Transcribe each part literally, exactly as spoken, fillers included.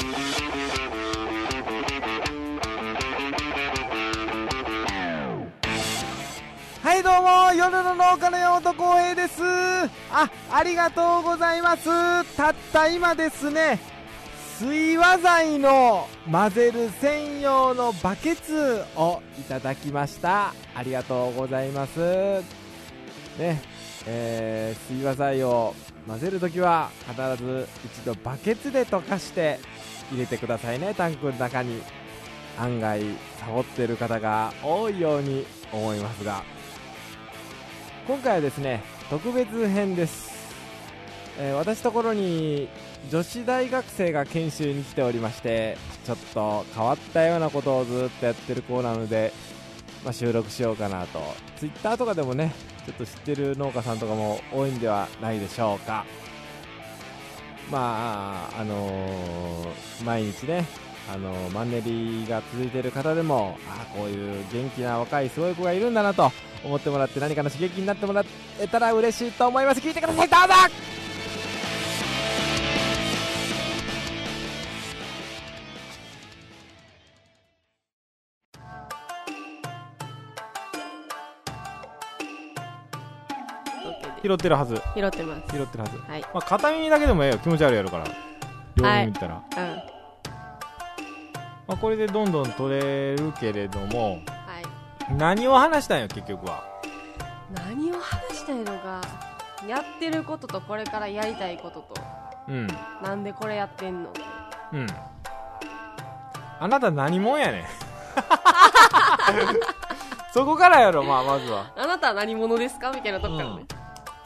はいどうも、夜の農家の山本浩平です。あ、ありがとうございます。たった今ですね、水和剤の混ぜる専用のバケツをいただきました。ありがとうございますね。えー、水和剤を混ぜるときは必ず一度バケツで溶かして入れてくださいね。タンクの中に案外サボってる方が多いように思いますが、今回はですね、特別編です。えー、私のところに女子大学生が研修に来ておりまして、ちょっと変わったようなことをずっとやってる子なので、まあ、収録しようかなと。ツイッターとかでもね、ちょっと知ってる農家さんとかも多いんではないでしょうか。まああのー、毎日ね、あのー、マンネリが続いている方でも、あこういう元気な若いすごい子がいるんだなと思ってもらって、何かの刺激になってもらえたら嬉しいと思います。聞いてください、どうぞ。拾ってるはず。 拾ってます。 拾ってるはず。 はい。 まあ、片耳だけでもええよ。気持ち悪いやるから。両耳見たら。 はい、うん。 まあ、これでどんどん取れるけれども、 はい。 何を話したんよ結局は。 何を話したいのか、やってることとこれからやりたいことと、 うん。 なんでこれやってんの。 うん。あなた何者やねん。そこからやろ、まあまずは。 あなたは何者ですかみたいなとこからね。うん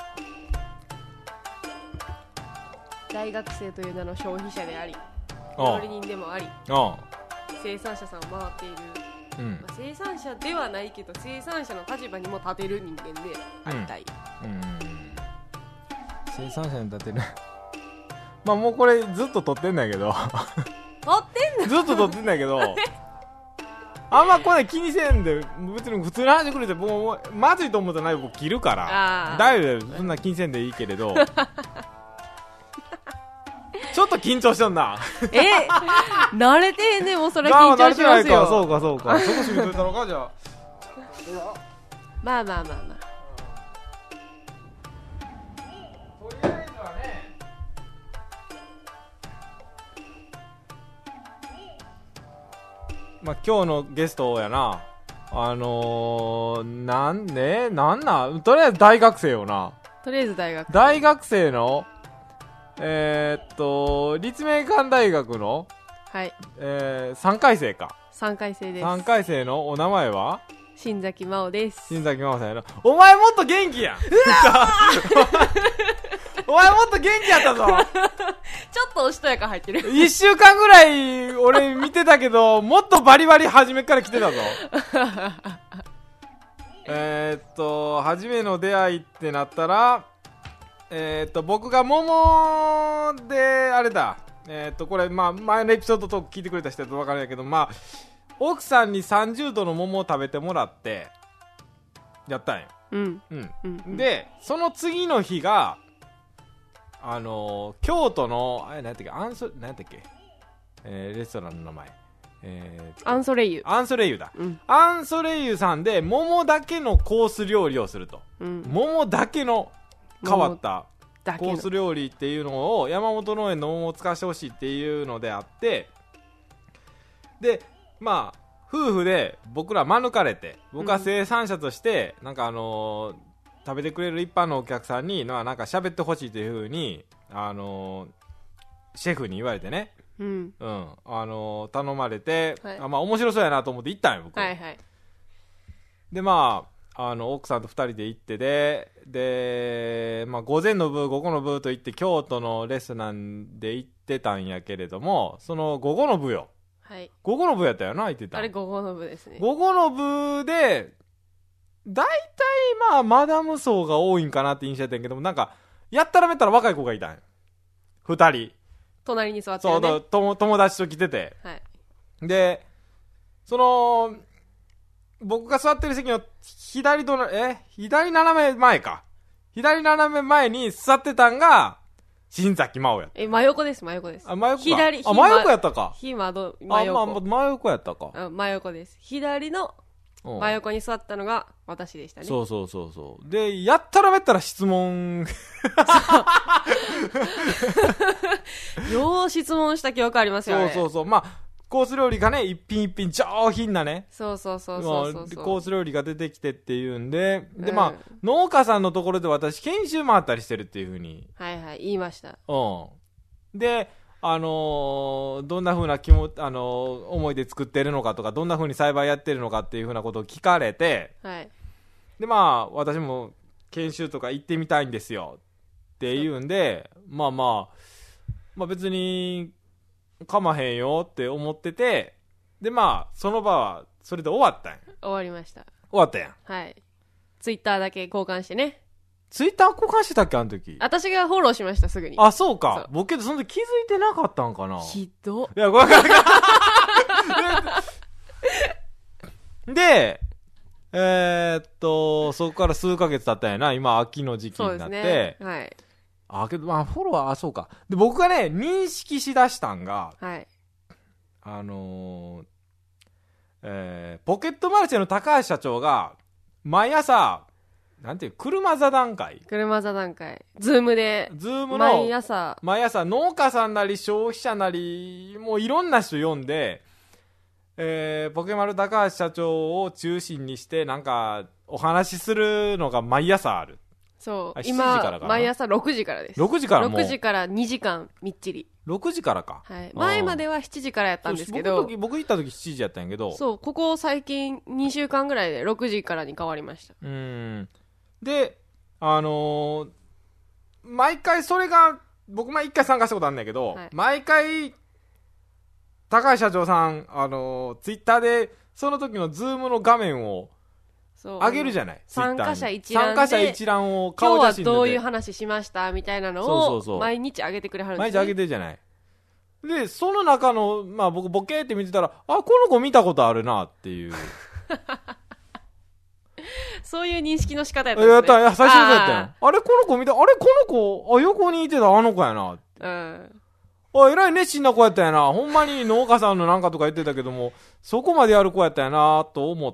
大学生という名の消費者であり、料理人でもあり、生産者さんを回っている、うんまあ、生産者ではないけど生産者の立場にも立てる人間でありたい、うんうん、 生産者に立てるまあもうこれずっと撮ってんだけど撮ってんのずっと撮ってんだけどあんまこれ気にせんで、別に普通に話してくれて、もうまずいと思ったら僕切るから大丈夫、そんな気にせんでいいけれどちょっと緊張しとんな。 え慣れてへんね。もうそれ緊張しますよ。 そうかそうか。そこ閉めといたのかじゃあ。 まあまあまあまあ。 とりあえずはね。まあ今日のゲストやな。あのー、なんねなんなんとりあえず大学生よな。 とりあえず大学生。 大学生の。えー、っと立命館大学の、 はいえー、さんかい生か。 さんかい生です。 さんかい生のお名前は新崎真央です。 新崎真央さんやな。お前もっと元気やんお前もっと元気やったぞちょっとおしとやか入ってるいっしゅうかんぐらい俺見てたけどもっとバリバリ初めから来てたぞえっと初めの出会いってなったらえー、っと僕が桃であれだえー、っとこれまあ前のエピソードと聞いてくれた人だと分からないけど、まあ奥さんにさんじゅうどの桃を食べてもらってやったんよ、 うんうんうん、 でその次の日があのー、京都のあれ何やったっけアンソ何やったっけ、えー、レストランの名前、えー、 アンソレイユアンソレイユだ、 うん、 アンソレイユさんで桃だけのコース料理をすると、うん、桃だけの変わったコース料理っていうのを山本農園の桃を使わせてほしいっていうのであって、でまあ夫婦で僕ら免れて、僕は生産者としてなんかあのー、食べてくれる一般のお客さんになんか喋ってほしいという風にあのー、シェフに言われてね、 うんうん、あのー、頼まれて、 はい、 あまあ面白そうやなと思って行ったんよ僕、 はいはい、 でまああの奥さんとふたりで行ってでで、まあ、午前の部午後の部と行って京都のレストランで行ってたんやけれども、その午後の部よ、 はい、 午後の部やったよな言ってた。 あれ午後の部ですね。 午後の部でだいたいまあマダム層が多いんかなって印象やったんやけども、なんかやったらめったら若い子がいたんよふたり隣に座ってるね。 そうと友達と来てて、 はい、 でその僕が座ってる席の左とえ左斜め前か左斜め前に座ってたんが新崎真央やった。 え、真横です、真横です。 あ、真横か。 左、 あ、真横やったか。 ひ窓、真横。あ、まあ、真横やったか。 うん、真横です。左の真横に座ったのが私でしたね。 そうそうそうそう。で、やったらめったら質問。 よう質問した記憶ありますよね。 そうそうそう。まあ、コース料理がね、一品一品上品なね。 そうそうそうそうそうそう。コース料理が出てきてっていうんで、で、まあ、うん、農家さんのところで私、研修回ったりしてるっていうふうに。 はいはい、言いました。 うん。で、あのー、どんな風な気も、あのー、思いで作ってるのかとか、どんな風に栽培やってるのかっていう風なことを聞かれて、 はい。 で、まあ、私も研修とか行ってみたいんですよって言うんで、まあまあ、まあ別に、かまへんよって思ってて、で、まあ、その場は、それで終わったんや。 終わりました。 終わったやん。 はい。ツイッターだけ交換してね。 ツイッター交換してたっけあの時。 私がフォローしました、すぐに。 あ、そうか。そう僕けどその時気づいてなかったんかな。 ひど。 いや、ごめんなさい。で、えー、っと、そこから数ヶ月経ったんやな。今、秋の時期になって。そうですね。はい。あ、けど、まあ、フォロワー、あ、そうか。で、僕がね、認識しだしたんが、 はい。 あのー、えー、ポケットマルシェの高橋社長が、毎朝、なんていう、車座談会車座談会。ズームで。 ズームの。 毎朝。 毎朝、農家さんなり消費者なり、もういろんな人読んで、えー、ポケマル高橋社長を中心にして、なんか、お話しするのが毎朝ある。 そう。 今、 毎朝ろくじからです。 ろくじからもう。 ろくじからにじかんみっちり。 ろくじからか。 はい。前まではしちじからやったんですけど。 僕, 僕行った時しちじやったんやけど。 そう。ここ最近にしゅうかんぐらいでろくじからに変わりました。 うーん。で、あのー、毎回それが、僕前一回参加したことあるんだけど、はい、毎回、高橋社長さん、あのー、ツイッターで、その時のズームの画面を、上げるじゃない。 参加者一覧で。 参加者一覧を顔写真で。 今日はどういう話しましたみたいなのを、そうそうそう毎日上げてくれはるんですね。毎日上げてるじゃない。で、その中の、まあ僕ボケーって見てたら、あ、この子見たことあるなっていう。 そういう認識の仕方やったんですね。 やった、いや、最初にやったよ。あれ、この子見た、あれ、この子、あ、横にいてたあの子やなって。 うん。 あ、えらい熱心な子やったやな。ほんまに農家さんのなんかとか言ってたけども、そこまでやる子やったやなと思って、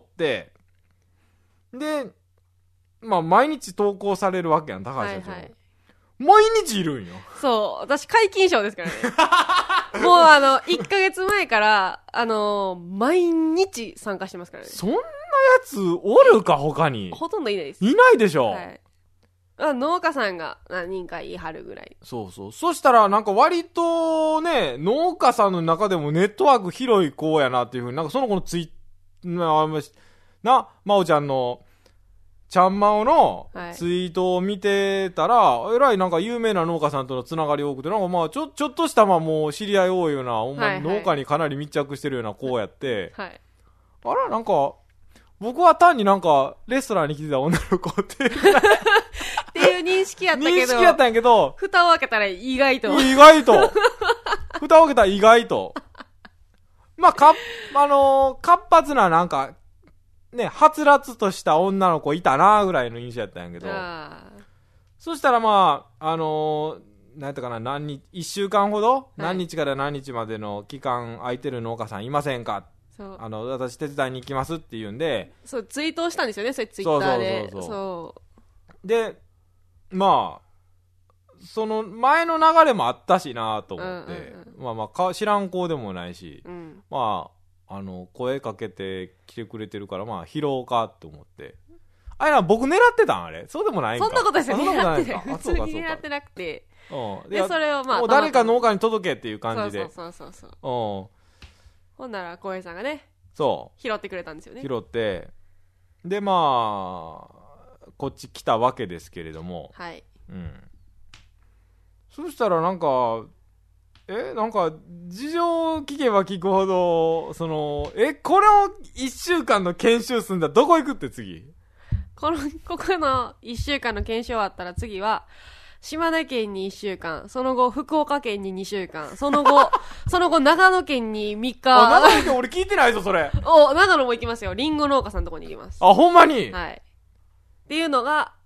で、まあ、毎日投稿されるわけやん、高橋社長。はいはい、毎日いるんよ。 そう。私、皆勤賞ですからね。もう、あの、いっかげつまえから、あのー、毎日参加してますからね。 そんなやつおるか、他に。 ほとんどいないです。 いないでしょ。はい。 あ、農家さんが何人か言い張るぐらい。 そうそう。そしたら、なんか割とね、農家さんの中でもネットワーク広い子やなっていうふうに、なんかその子のツイッ、な、まおちゃんの、ちゃんまおのツイートを見てたら、はい、えらいなんか有名な農家さんとのつながり多くて、なんかまあちょ、ちょっとしたまあもう知り合い多いような、ほんまに農家にかなり密着してるような子やって、はいはい、あら、なんか、僕は単になんか、レストランに来てた女の子っていう。 っていう認識やったけど。 認識やったんやけど。 蓋を開けたら意外と。 意外と。蓋を開けたら意外と。まあ、か、あのー、活発ななんか、ね、はつらつとした女の子いたなぐらいの印象やったんやけど。そしたらまあ、あのー、なんやったかな、何日、一週間ほど、はい、何日から何日までの期間空いてる農家さんいませんか、そうあの、私手伝いに行きますって言うんで。 そう、ツイートをしたんですよね、それツイッターで。 そうそうそうそう。そうで、まあ、その前の流れもあったしなと思って、うんうんうん、まあまあか知らん子でもないし、うん、まあ、あの、声かけて来てくれてるから、まあ、拾おうかと思って。あれな、僕狙ってたんあれそうでもないんか。 そんなことですよ、 狙ってない。普通に狙ってなくて。 うん。 で、それをまあ、 もう誰か農家に届けっていう感じで。 そうそうそうそう。 うん。 ほんなら、浩平さんがね、 そう。 拾ってくれたんですよね。 拾って、で、まあ、こっち来たわけですけれども。 はい。 うん。そしたらなんか、え、なんか、事情聞けば聞くほど、その、え、これを一週間の研修すんだ、どこ行くって次？ この、ここの一週間の研修終わったら次は、島根県にいっしゅうかん、その後福岡県ににしゅうかん、その後、その後長野県にみっか。 あ、長野県俺聞いてないぞ、それ。 お、長野も行きますよ。リンゴ農家さんのとこに行きます。 あ、ほんまに？ はい。っていうのが、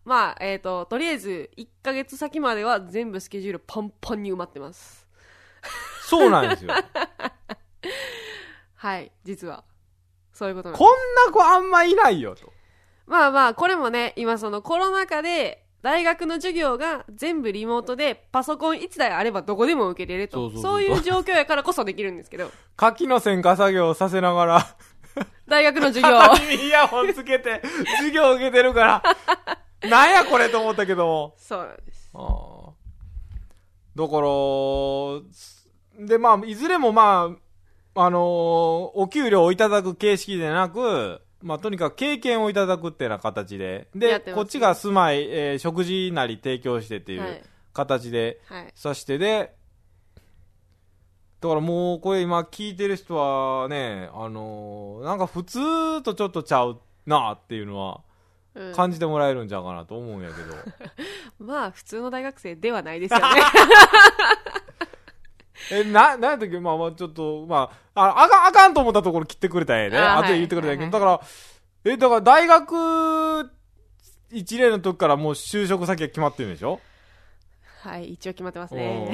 まあ、えっと、とりあえず、いっかげつ先までは全部スケジュールパンパンに埋まってます。 そうなんですよ。 はい、実は。そういうことなんです。こんな子あんまいないよと。 まあまあ、これもね、今そのコロナ禍で、大学の授業が全部リモートで、パソコンいちだいあればどこでも受けれると。そうそうそうそう、そういう状況やからこそできるんですけど。 書きの線化作業をさせながら、 大学の授業イヤホンつけて授業受けてるからなんやこれと思ったけど。 そうなんです。 あだからでまあいずれもまああのー、お給料をいただく形式でなく、まあとにかく経験をいただくっていうような形でで、ね、こっちが住まい、えー、食事なり提供してっていう形で、はい、さしてでだからもうこれ今聞いてる人はね、あのー、なんか普通とちょっとちゃうなっていうのは感じてもらえるんじゃうかなと思うんやけど、 うん、まあ普通の大学生ではないですよねえななんやったっけ、まあまあちょっとまあ あ, あ, かあかんと思ったところ切ってくれたんやね、あとで言ってくれたんやけど、はい、だからえだから大学いちねんの時からもう就職先が決まってるんでしょ。 はい、一応決まってますね。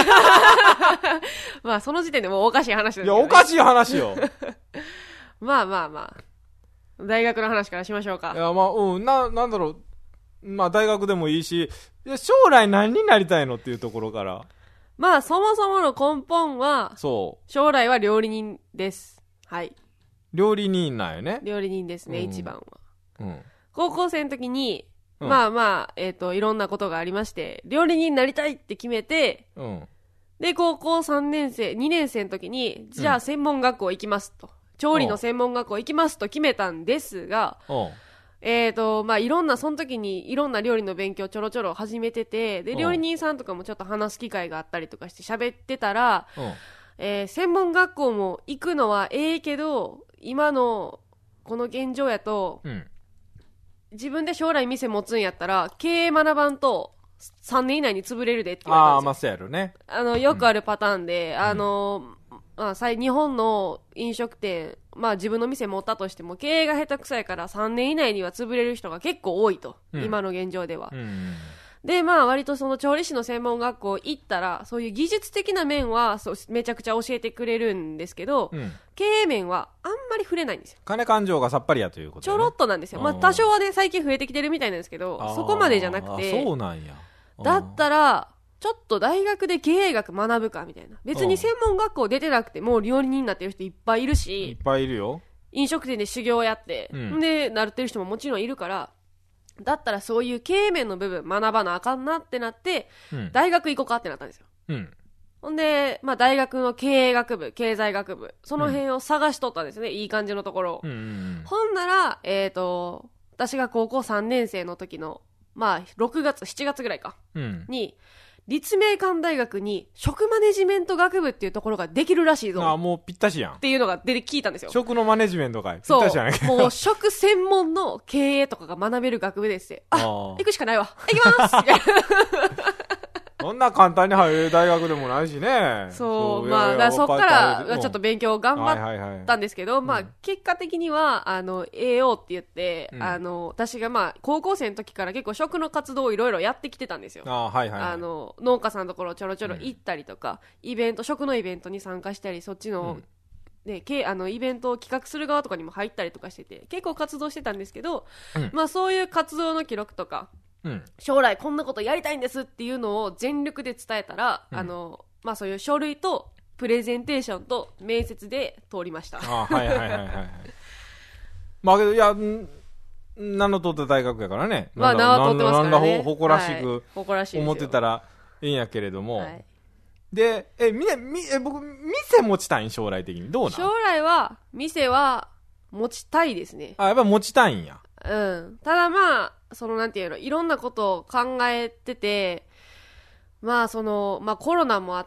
まあその時点でもうおかしい話ですけど、ね、 いやおかしい話よ。 まあまあまあ大学の話からしましょうか。 いやまあうんななんだろう、まあ大学でもいいし、将来何になりたいのっていうところから。 まあそもそもの根本は、そう将来は料理人です。はい。 料理人なんよね。 料理人ですね、うん、一番は。 うん。 高校生の時に。うん、まあまあ、えっと、いろんなことがありまして、料理人になりたいって決めて、うん、で、高校さんねん生、にねん生の時に、じゃあ専門学校行きますと。うん、調理の専門学校行きますと決めたんですが、うん、えっと、まあいろんな、その時にいろんな料理の勉強ちょろちょろ始めてて、で、料理人さんとかもちょっと話す機会があったりとかして喋ってたら、うん、えー、専門学校も行くのはええけど、今のこの現状やと、うん、自分で将来店持つんやったら経営学ばんとさんねん以内に潰れるでって言われたんですよ。ああ、まあそうやろね。あのよくあるパターンで、うん、あの、まあ、日本の飲食店、まあ自分の店持ったとしても経営が下手くさいからさんねん以内には潰れる人が結構多いと、うん、今の現状では、うん、でまあ割とその調理師の専門学校行ったらそういう技術的な面はそうめちゃくちゃ教えてくれるんですけど、うん、経営面はあんまり触れないんですよ。 金勘定がさっぱりやということ、ね、 ちょろっとなんですよ。まあ多少はね最近増えてきてるみたいなんですけど、そこまでじゃなくて。 そうなんや。 だったらちょっと大学で経営学学ぶかみたいな。別に専門学校出てなくても料理人になってる人いっぱいいるし、 いっぱいいるよ。 飲食店で修行やって、うん、でなってる人ももちろんいるから、だったらそういう経営面の部分学ばなあかんなってなって、うん、大学行こうかってなったんですよ。うん、ほんで、まあ、大学の経営学部経済学部その辺を探しとったんですね、うん、いい感じのところを、うんうんうん、ほんなら、えーと、私が高校さんねん生の時の、まあ、ろくがつしちがつぐらいか、うん、に立命館大学に食マネジメント学部っていうところができるらしいぞ。 ああ、もうぴったしやんっていうのが出て聞いたんですよ。 食のマネジメントかい。ぴったしやねんけど。 もう食専門の経営とかが学べる学部ですって。あ、行くしかないわ。行きますそんな簡単に入れる大学でもないしね。 そう、そうまあ、だそっからちょっと勉強頑張ったんですけど、まあ、結果的には、あの、エーオー って言って、うん、あの、私がまあ、高校生の時から結構食の活動をいろいろやってきてたんですよ。あ、はいはいはい、あの、農家さんのところちょろちょろ行ったりとか、うん、イベント、食のイベントに参加したり、そっちの、うんであのイベントを企画する側とかにも入ったりとかしてて結構活動してたんですけど、うん、まあそういう活動の記録とか、うん、将来こんなことやりたいんですっていうのを全力で伝えたら、うん、あのまあそういう書類とプレゼンテーションと面接で通りました。あ、はいはいはいはいまあけどいや名の通った大学やからね、 まあ名は通ってますからね、 なんだ誇らしく思ってたらいいんやけれども、はい、で、え、みね、み、え、僕、店持ちたいん将来的に。どうなん？ 将来は、店は、持ちたいですね。 あ、やっぱ持ちたいんや。 うん。ただまあ、そのなんていうの、いろんなことを考えてて、まあその、まあコロナもあって、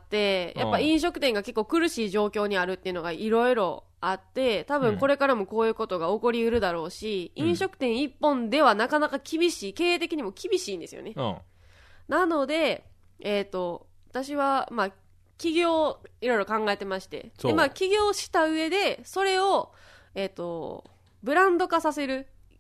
やっぱ飲食店が結構苦しい状況にあるっていうのがいろいろあって、多分これからもこういうことが起こりうるだろうし、うん、飲食店一本ではなかなか厳しい、経営的にも厳しいんですよね。うん、なので、えっと、私は、まあ、起業いろいろ考えてまして、で、まあ、起業した上でそれを、えーと、ブランド化させる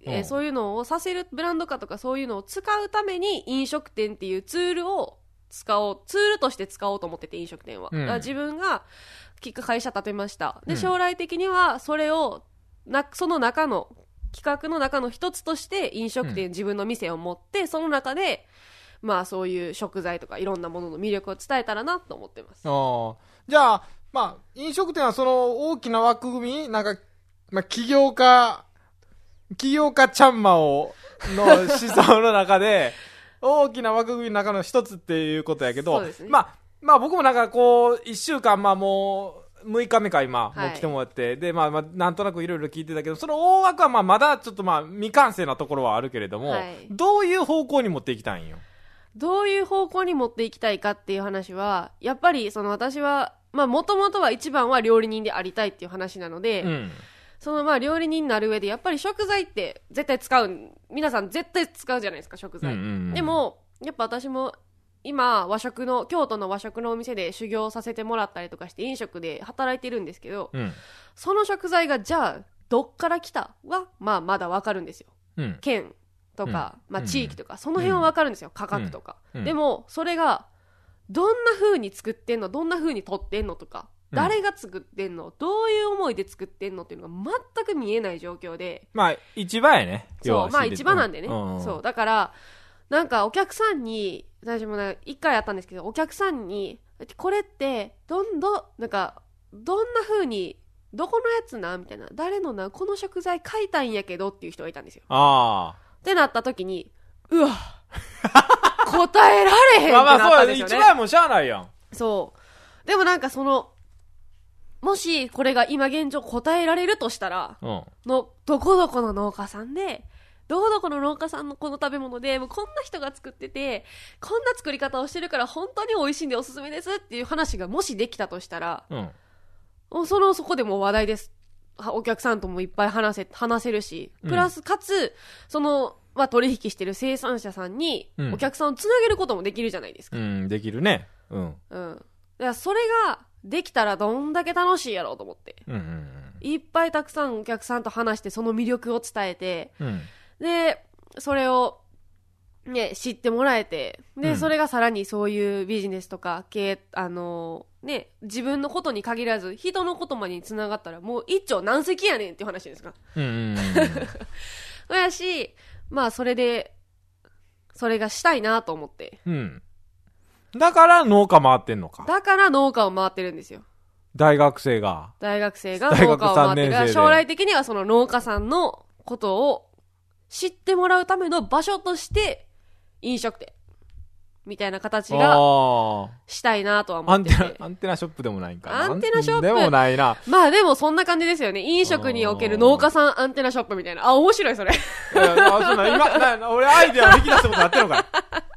えー、そういうのをさせるブランド化とかそういうのを使うために飲食店っていうツールを使おうツールとして使おうと思ってて飲食店は、うん、だから自分が会社立てましたで、うん、将来的にはそれをなその中の企画の中の一つとして飲食店、うん、自分の店を持ってその中でまあそういう食材とかいろんなものの魅力を伝えたらなと思ってます。 あじゃあまあ飲食店はその大きな枠組みなんか、まあ、起業家起業家ちゃんまをの思想の中で大きな枠組みの中の一つっていうことやけど、ね、まあまあ僕もなんかこう一週間まあもうむいかめか今、はい、もう来てもらってでまあまあなんとなくいろいろ聞いてたけどその大枠はまあまだちょっとまあ未完成なところはあるけれども、はい、どういう方向に持っていきたいんよ。 どういう方向に持っていきたいかっていう話はやっぱりその私はまあもともとは一番は料理人でありたいっていう話なので。うんそのまあ料理人になる上でやっぱり食材って絶対使う皆さん絶対使うじゃないですか食材、うんうんうん、でもやっぱ私も今和食の京都の和食のお店で修行させてもらったりとかして飲食で働いてるんですけど、うん、その食材がじゃあどっから来たはまあまだ分かるんですよ、うん、県とか、うんまあ、地域とか、うん、その辺は分かるんですよ、うん、価格とか、うん、でもそれがどんな風に作ってんのどんな風に取ってんのとか誰が作ってんの、うん、どういう思いで作ってんのっていうのが全く見えない状況でまあ市場やねそうまあ市場なんでね、うん、そうだからなんかお客さんに私もね一回やったんですけどお客さんにこれってどんどんなんかどんな風にどこのやつなみたいな誰のなこの食材買いたいんやけどっていう人がいたんですよあってなった時にうわ答えられへんってなったんですよね。まあまあそう一番もしゃあないやん。 そうでもなんかそのもしこれが今現状答えられるとしたら、うん、のどこどこの農家さんでどこどこの農家さんのこの食べ物でもうこんな人が作っててこんな作り方をしてるから本当に美味しいんでおすすめですっていう話がもしできたとしたら、うん、そのそこでもう話題です。お客さんともいっぱい話せ話せるしプラスかつその、まあ、取引してる生産者さんにお客さんをつなげることもできるじゃないですか、 うん、できるねうん、 うん、だからそれができたらどんだけ楽しいやろうと思って、うんうんうん、いっぱいたくさんお客さんと話してその魅力を伝えて、うん、でそれを、ね、知ってもらえてで、うん、それがさらにそういうビジネスとか経営、あのーね、自分のことに限らず人のことまでにつながったらもう一丁何隻やねんっていう話ですか、うんうんうん、そうやしまあそれでそれがしたいなと思って、うんだから農家回ってんのか。 だから農家を回ってるんですよ。 大学生が。 大学生が農家を回ってるから、将来的にはその農家さんのことを知ってもらうための場所として、飲食店みたいな形がしたいなとは思ってて。 アンテナ、アンテナショップでもないんかな。 アンテナショップでもないな。 まあでもそんな感じですよね。飲食における農家さんアンテナショップみたいな。あ、面白いそれ。いや、 そんな、今、な俺アイデアを引き出したことなってるのかい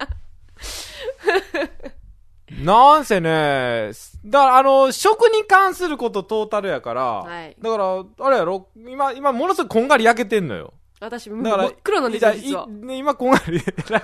なんせね、だからあの、食に関することトータルやから、はい、だから、あれやろ、今、今ものすごくこんがり焼けてんのよ。 私、もう真っ黒なんですよ、実は。 今こんがり。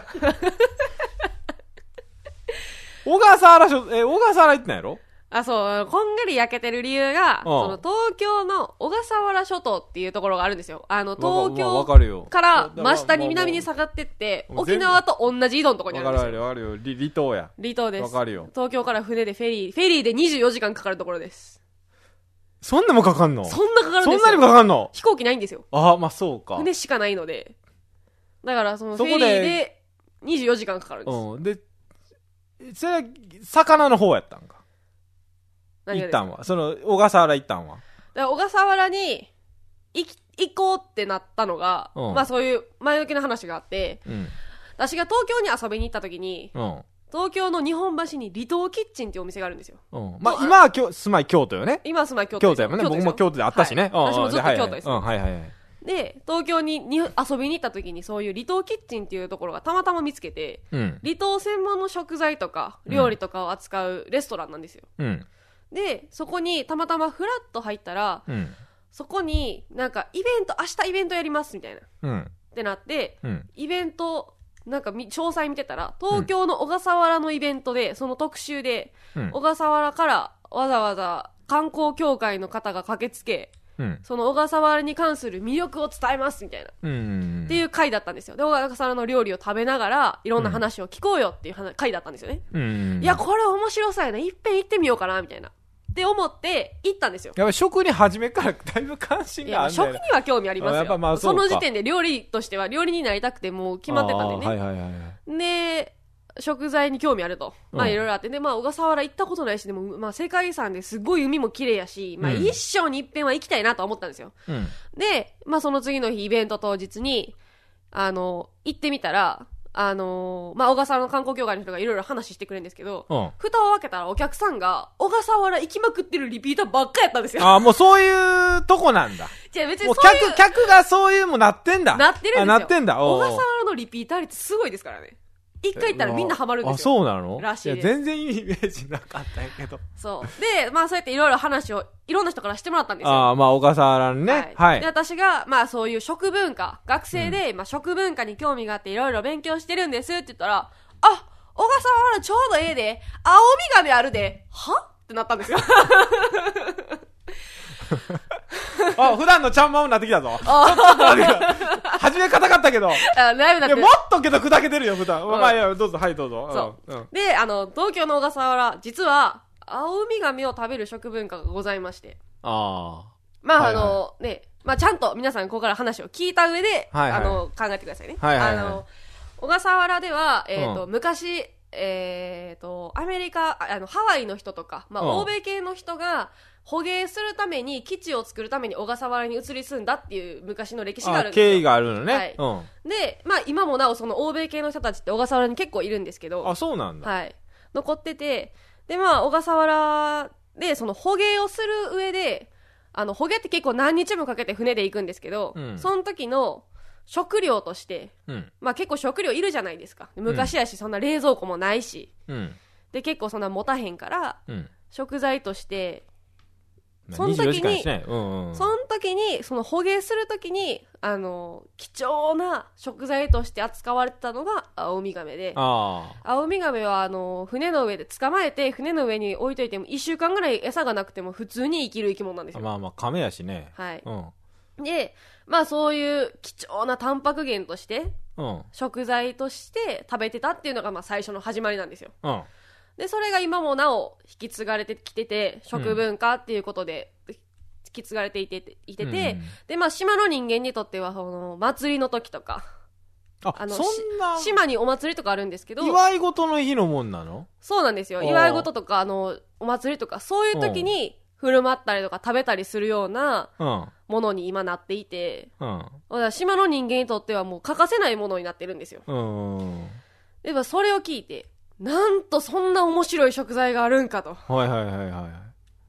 小笠原しょ、え、小笠原行ったんやろあ、そう、こんがり焼けてる理由が、その東京の小笠原諸島っていうところがあるんですよ。あの、東京から真下に南に下がってって、沖縄と同じ緯度のところにあるんですよ。 わかるよ、わかるよ。離島や。 離島です。 わかるよ。 東京から船でフェリー、フェリーでにじゅうよじかんかかるところです。 そんなもかかんの？ そんなかかるんですよ。 そんなにもかかんの？ 飛行機ないんですよ。 ああ、まあそうか。 船しかないので。だからそのフェリーでにじゅうよじかんかかるんです。 うん。で、それは魚の方やったんか。行ったんはその小笠原行ったんはだから小笠原に行き行こうってなったのが、うん、まあそういう前置きの話があって、うん、私が東京に遊びに行った時に、うん、東京の日本橋に離島キッチンっていうお店があるんですよ、うん、 まあ今はきょ住まい京都よね今は住まい京都京都やもんね僕も京都であったしね、 はい、私もずっと京都です、 はいはいはいはい、 で東京にに遊びに行った時にそういう離島キッチンっていうところがたまたま見つけて、うん、離島専門の食材とか料理とかを扱うレストランなんですよ、うんでそこにたまたまフラッと入ったら、うん、そこになんかイベント明日イベントやりますみたいな、うん、ってなって、うん、イベントなんか詳細見てたら東京の小笠原のイベントでその特集で、うん、小笠原からわざわざ観光協会の方が駆けつけ、 うん、その小笠原に関する魅力を伝えますみたいな、うんうんうん、っていう回だったんですよ。で小笠原の料理を食べながらいろんな話を聞こうよっていう回だったんですよね、うんうんうん、いやこれ面白そうやな、いっぺん行ってみようかなみたいなって思って行ったんですよ。 やっぱり食に初めからだいぶ関心があるんだよ。 食には興味ありますよ。まあ そ, その時点で料理としては料理になりたくてもう決まってたんでね、はいはいはいはい、で食材に興味あると、まあいろいろあって、でまあ小笠原行ったことないし、でもまあ世界遺産ですごい海も綺麗やし、まあ一生に一遍は行きたいなと思ったんですよ、うん、でまあその次の日イベント当日にあの行ってみたら、あのー、まあ小笠原の観光協会の人がいろいろ話してくれるんですけど、うん、蓋を開けたらお客さんが小笠原行きまくってるリピーターばっかやったんですよ。 ああ、もうそういうとこなんだ。 じゃあ別にそういう客客がそういうもなってんだ。 なってるんですよ。 なってんだ。 小笠原のリピーター率すごいですからね。一回行ったらみんなハマるんですよ。あ、そうなの？ らしいです。 いや全然いいイメージなかったんやけど。 そう。で、まあそうやっていろいろ話をいろんな人からしてもらったんですよ。 ああ、まあ小笠原にね。はい。はい、 で、私が、まあそういう食文化、学生で、うん、まあ食文化に興味があっていろいろ勉強してるんですって言ったら、あ、小笠原ちょうどええで、青みがめあるで、はってなったんですよ。 あ、普段のちゃんまんになってきたぞ。ちょっと待って初め硬かったけど。あ、だいぶなってる。いや、もっとけど砕けてるよ、普段。うん、まあいや、どうぞ、はい、どうぞ。 そう。うん、で、あの、東京の小笠原、実は、青ウミガメを食べる食文化がございまして。ああ。まあ、はいはい、あの、ね、まあ、ちゃんと皆さんここから話を聞いた上で、はいはい、あの、考えてくださいね。はいはいはい、あの、小笠原では、えっ、ー、と、うん、昔、えっ、ー、と、アメリカ、あの、ハワイの人とか、まあ、欧米系の人が、捕鯨するために基地を作るために小笠原に移り住んだっていう昔の歴史があるんですよ。 経緯があるのね、はい、 うん、で、まあ、今もなおその欧米系の人たちって小笠原に結構いるんですけど、 あ、そうなんだ、 はい、残ってて、でまあ小笠原でその捕鯨をする上で、あの捕鯨って結構何日もかけて船で行くんですけど、うん、その時の食料として、うん、まあ結構食料いるじゃないですか。昔やしそんな冷蔵庫もないし、うん、で結構そんな持たへんから、うん、食材としてその時に、ね、うんうん、その時にその捕鯨する時にあの貴重な食材として扱われてたのがアオウミガメで、あアオウミガメはあの船の上で捕まえて船の上に置いといてもいっしゅうかんぐらい餌がなくても普通に生きる生き物なんですよ。 まあまあカメやしね。 はい、うん、でまあそういう貴重なタンパク源として、うん、食材として食べてたっていうのがまあ最初の始まりなんですよ。うん、でそれが今もなお引き継がれてきてて、食文化っていうことで引き継がれていて、いてて、うん、でまあ島の人間にとってはその祭りの時とか、 ああのそんな島にお祭りとかあるんですけど、 祝い事の日のもんなの？ そうなんですよ。祝い事とかあのお祭りとかそういう時に振る舞ったりとか食べたりするようなものに今なっていて、うん、だから島の人間にとってはもう欠かせないものになってるんですよ。うん、でもそれを聞いて、なんとそんな面白い食材があるんかと。はいはいはいはい。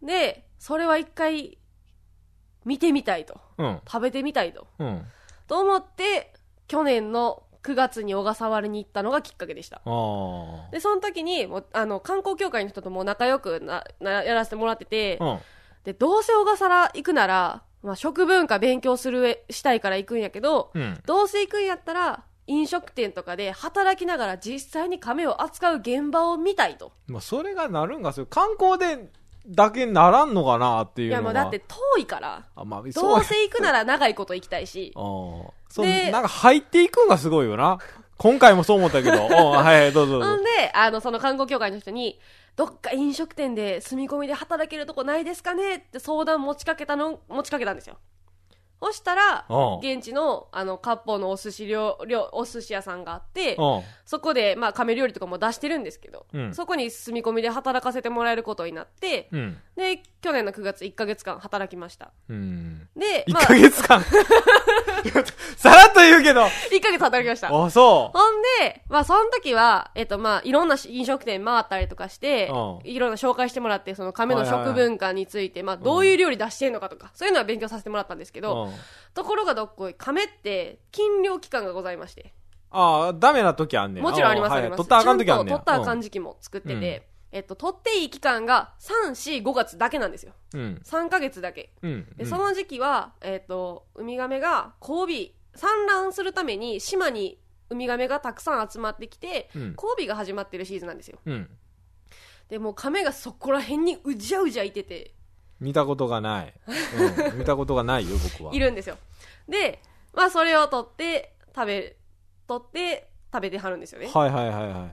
で、それは一回見てみたいと、うん、食べてみたいと、うん、と思って去年のくがつに小笠原に行ったのがきっかけでした。あでその時にもうあの観光協会の人とも仲良くななやらせてもらってて、うん、でどうせ小笠原行くなら、まあ、食文化勉強するしたいから行くんやけど、うん、どうせ行くんやったら飲食店とかで働きながら実際に亀を扱う現場を見たいと。 まあ、それがなるんが、観光でだけならんのかなっていうのは。いや、 もうだって遠いから、あ、まあ、どうせ行くなら長いこと行きたいし、あそうなんか入っていくんがすごいよな。今回もそう思ったけどはいどうぞどうぞ。 ほんであのその観光協会の人にどっか飲食店で住み込みで働けるとこないですかねって相談持ちかけたの持ちかけたんですよ。そしたら現地のあの割烹のお寿司料お寿司屋さんがあって、そこでまあ亀料理とかも出してるんですけど、うん、そこに住み込みで働かせてもらえることになって、うん、で去年のくがついっかげつかん働きました。うん、で、 まあ、いっかげつかんさらっと言うけどいっかげつ働きました。 あ、そう。 ほんでまあその時はえっとまあいろんな飲食店回ったりとかして、いろんな紹介してもらって、その亀の食文化について、まあどういう料理出してんのかとか、そういうのは勉強させてもらったんですけど、ところがどっこい亀って禁漁期間がございまして。 ああ、ダメな時あんねん。 もちろんあります、あります。 取ったらあかん時あんねん。 ちゃんと取ったらあかん時期も作ってて、うん、えっと取っていい期間がさん、し、ごがつだけなんですよ。うん、さんかげつだけ。うん、でその時期はえっとウミガメが交尾産卵するために島にウミガメがたくさん集まってきて、うん、交尾が始まってるシーズンなんですよ。うん、でもう亀がそこら辺にうじゃうじゃいてて。 見たことがない、うん、見たことがないよ僕は。 いるんですよ。でまあそれを取って食べ取って食べてはるんですよね。 はいはいはいはい。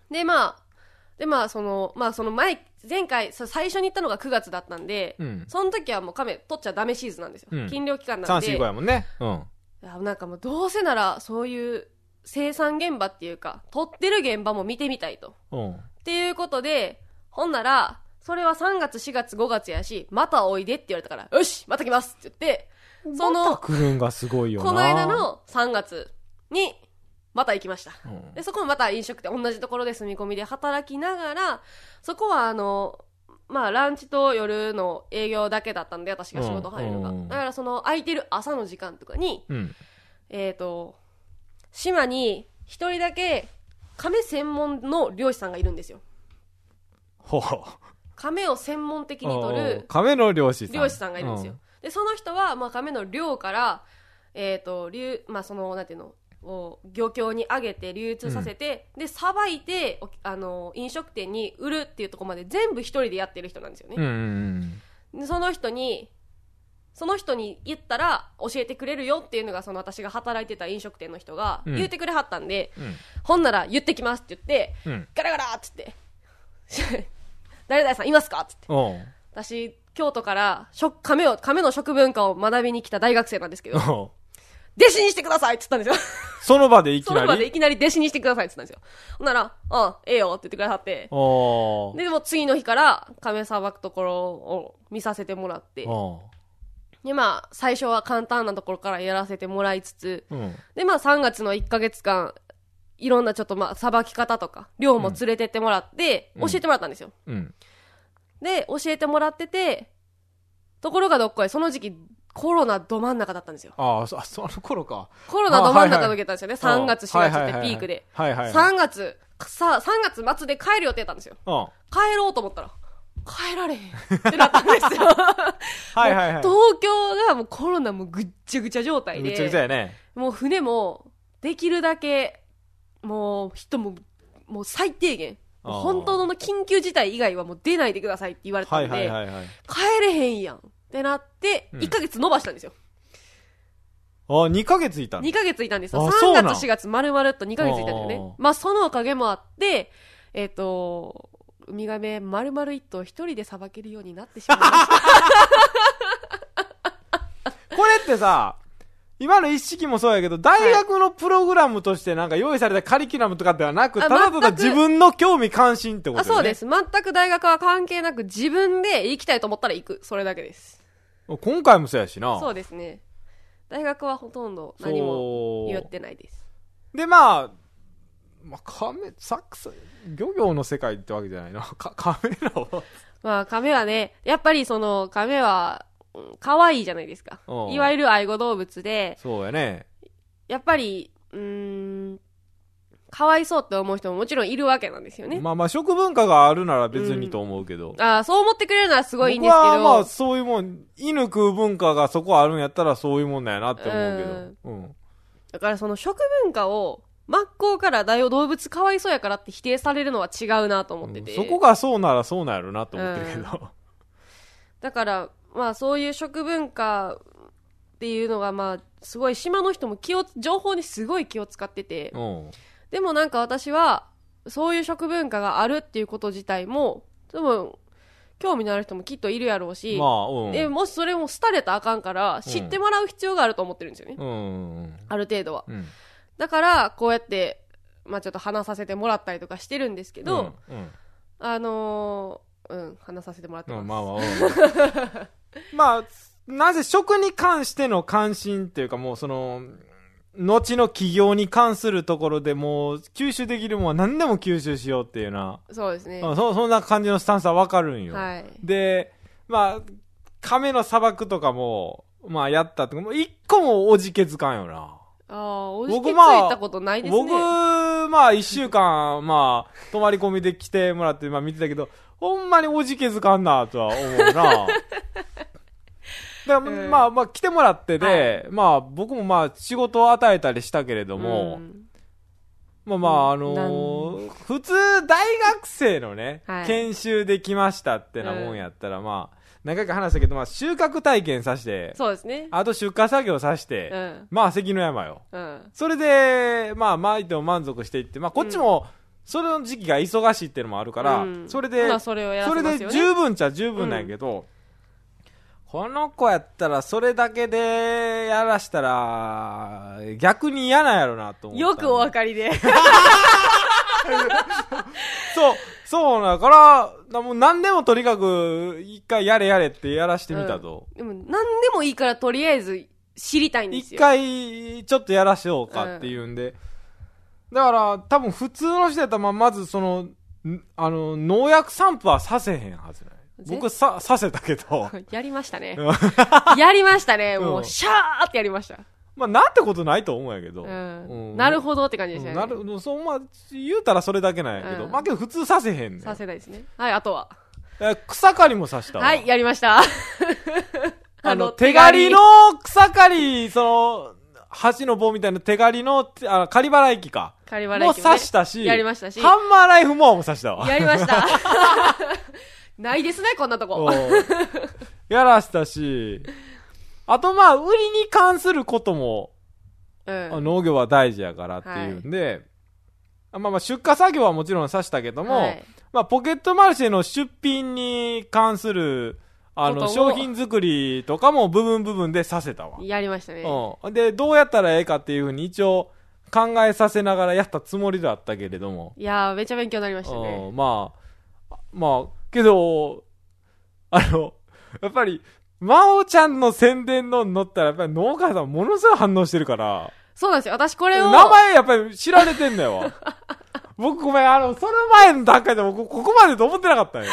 でまあでまあそのまあその前前回最初に行ったのがくがつだったんで、うん、その時はもう亀取っちゃダメシーズンなんですよ、うん、禁漁期間なんで。さん、 よん、ごやもんね。うん。 いやなんかもうどうせならそういう生産現場っていうか取ってる現場も見てみたいと、うん、っていうことでほんならそれはさんがつしがつごがつやしまたおいでって言われたからよしまた来ますって言ってそのまた来るんがすごいよな。 この間のさんがつにまた行きました、うん、でそこもまた飲食店同じところで住み込みで働きながらそこはあのまあランチと夜の営業だけだったんで私が仕事入るのが、うん、だからその空いてる朝の時間とかに、うん、えっと島に一人だけ亀専門の漁師さんがいるんですよ。 ほう。 亀を専門的に取る亀の漁師さん漁師さんがいるんですよ、うん、でその人は、まあ、亀の漁からえっと流まあそのなんていうのを漁協に上げて流通させて、うん、でさばいてあの飲食店に売るっていうところまで全部一人でやってる人なんですよね、うんうんうん、でその人にその人に言ったら教えてくれるよっていうのがその私が働いてた飲食店の人が言ってくれはったんで、うん、ほんなら言ってきますって言って、うん、ガラガラっつって誰々さんいますかっつって私京都から亀を亀の食文化を学びに来た大学生なんですけど弟子にしてくださいって言ったんですよその場でいきなりその場でいきなり弟子にしてくださいって言ったんですよ。ほんならあええよって言ってくださってで、でも次の日から亀さばくところを見させてもらってでまあ最初は簡単なところからやらせてもらいつつ、うん、でまあさんがつのいっかげつかんいろんなちょっとまあさばき方とか量も連れてってもらって、うん、教えてもらったんですよ、うん、で教えてもらっててところがどっこいその時期コロナど真ん中だったんですよ。 ああ そ, その頃か。 コロナど真ん中の時だったんですよね。さんがつしがつってピークで、はいはいはい、さんがつささんがつ末で帰る予定だったんですよ。帰ろうと思ったら帰られへんってなったんですよはいはい、はい、東京がもうコロナもぐっちゃぐちゃ状態でぐっちゃぐちゃやね。 もう船もできるだけもう人ももう最低限本当の緊急事態以外はもう出ないでくださいって言われたんで、はいはいはいはい、帰れへんやんってなっていっかげつ延ばしたんですよ、 うん、あにかげついたのにかげついたんですよ。さんがつしがつ丸々とにかげついたんですよね。まあそのおかげもあってえっ、ー、とウミガメ丸々一頭一人でさばけるようになってしまいましたこれってさ今の一式もそうやけど大学のプログラムとしてなんか用意されたカリキュラムとかではなく、はい、ただただ自分の興味関心ってことだよね。 あそうです。全く大学は関係なく自分で行きたいと思ったら行くそれだけです。 今回もそうやしな。 そうですね。大学はほとんど何も言ってないです。 でまあまあ、カメサックス漁業の世界ってわけじゃないな。カメラはまあカメはねやっぱりそのカメは可愛いじゃないですか。いわゆる愛護動物でそうやね。 やっぱりうーんかわいそうって思う人ももちろんいるわけなんですよね。 まあまあ食文化があるなら別にと思うけど、 うん、ああそう思ってくれるのはすごいいいんですけど僕はまあそういうもん犬食う文化がそこあるんやったらそういうもんなんやなって思うけど、うん、 だからその食文化を真っ向からだよ動物かわいそうやからって否定されるのは違うなと思ってて、 うん、そこがそうならそうなんやろなと思ってるけど、うん、 だからまあそういう食文化っていうのがまあすごい島の人も気を情報にすごい気を使ってて、うん、でもなんか私はそういう食文化があるっていうこと自体も多分興味のある人もきっといるやろうし、まあうん、でもしそれも廃れたらあかんから知ってもらう必要があると思ってるんですよね、うん、ある程度は、うん、だからこうやって、まあ、ちょっと話させてもらったりとかしてるんですけど、うんうん、あのー、うん話させてもらってます、うん、まあまあ、うん、 まあなぜ食に関しての関心っていうかもうその後の企業に関するところでもう吸収できるものは何でも吸収しようっていうな。 そうですね。 そ, そんな感じのスタンスは分かるんよ、はい、でまあ亀の砂漠とかもまあやったってもう一個もおじけづかんよな。 ああおじけついたことないですね。 僕まあ一週間まあ泊まり込みで来てもらってまあ見てたけどほんまにおじけづかんなとは思うなだから、うん、まあまあ来てもらってで、はい、まあ僕もまあ仕事を与えたりしたけれども、うん、 まあまあ、あのー、普通大学生のね、はい、研修で来ましたってなもんやったら、うん、まあ、何回か話したけど、まあ、収穫体験させて、 そうですね。 あと出荷作業させて、うん、まあ、関の山よ。うん、それで、まあ、まあ、相手も満足していって、まあ、こっちも、それの時期が忙しいっていうのもあるから、うん、それで、まあ、それをやらせますよね。それで十分っちゃ十分なんやけど、うん、この子やったら、それだけでやらしたら、逆に嫌なんやろなと思った。 よくお分かりで。 そう、そうだから、もう何でもとにかく、一回やれやれってやらしてみたと。 うん、でも何でもいいからとりあえず知りたいんですよ。 一回、ちょっとやらしようかっていうんで。うん、だから、多分普通の人やったら、まずその、あの、農薬散布はさせへんはずない。僕さ、させたけど。 やりましたね。やりましたね。もう、シャーってやりました。 まあ、なんてことないと思うんやけど。 うんうん、なるほどって感じでしたね。 なるほど。そう、まあ、言うたらそれだけなんやけど。うん、まあ、けど普通させへんねん。 させないですね。はい、あとは。 え、草刈りもさしたわ。 はい、やりました。 あの、手刈りの草刈り、その、箸の棒みたいな手刈りの、あの、刈り払い機か。 刈り払い機も、ね、も刺したし。 やりましたし。 ハンマーライフモアも刺したわ。 やりました。ないですね、こんなとこ。 やらしたし。あと、まあ、売りに関することも、うん、農業は大事やからっていうんで、はい、まあまあ出荷作業はもちろんさしたけども、はい、まあポケットマルシェの出品に関するあの商品作りとかも部分部分でさせたわ。 やりましたね。 うん。でどうやったらええかっていうふうに一応考えさせながらやったつもりだったけれども。 いやーめっちゃ勉強になりましたね。 うん、まあまあけどあのやっぱり。まおちゃんの宣伝の乗ったらやっぱり農家さんものすごい反応してるから。 そうなんですよ。私これを。 名前やっぱり知られてんだよ。僕ごめん、あの、その前の段階で僕ここまでと思ってなかったよ。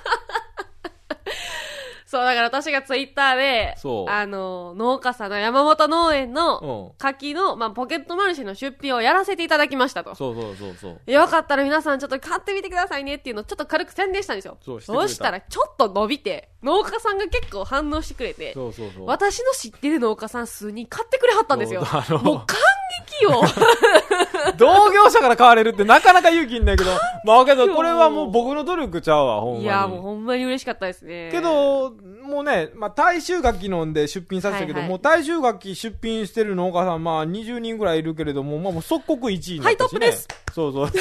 そう、だから私がツイッターで、あの、農家さんの山本農園の柿の、まあ、ポケットマルシェの出品をやらせていただきましたと。 そうそうそうそう。 よかったら皆さんちょっと買ってみてくださいねっていうのをちょっと軽く宣伝したんですよ。そうしてくれた。そうしたらちょっと伸びて、農家さんが結構反応してくれて、そうそうそう。私の知ってる農家さん数人買ってくれはったんですよ。もう感激よ。 同業者から買われるってなかなか勇気いんだけど、まあけどこれはもう僕の努力ちゃうわ、ほんまに。 いや、もうほんまに嬉しかったですね。 けど、もうね、まあ大衆楽器のんで出品させたけど、はいはい、もう大衆楽器出品してる農家さん、まあにじゅうにんぐらいいるけれども、まあもう即刻いちいになったしね。はい、トップです。そうそうそう。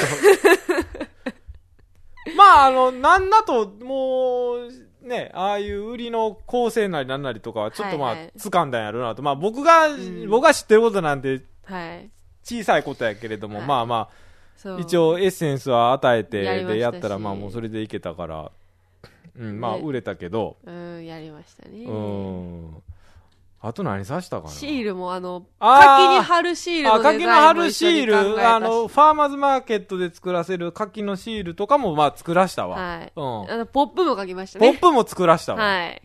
まああの、なんだと、もう、ね、ああいう売りの構成なりなんなりとかはちょっとまあ、はいはい、掴んだんやろうなと。まあ僕が、うん、僕が知ってることなんて、はい。小さいことやけれども、はい、まあまあ一応エッセンスは与えてでやったらまあもうそれでいけたから、うん、まあ売れたけど、 ね、うんやりましたね。 うん。あと何さしたかな。 シールもあの柿に貼るシールのデザインも一緒に考えたし、 柿の貼るシール、あのファーマーズマーケットで作らせる柿のシールとかもまあ作らしたわ。はい。うん。 あのポップも書きましたね。 ポップも作らしたわ。 はい。 うん。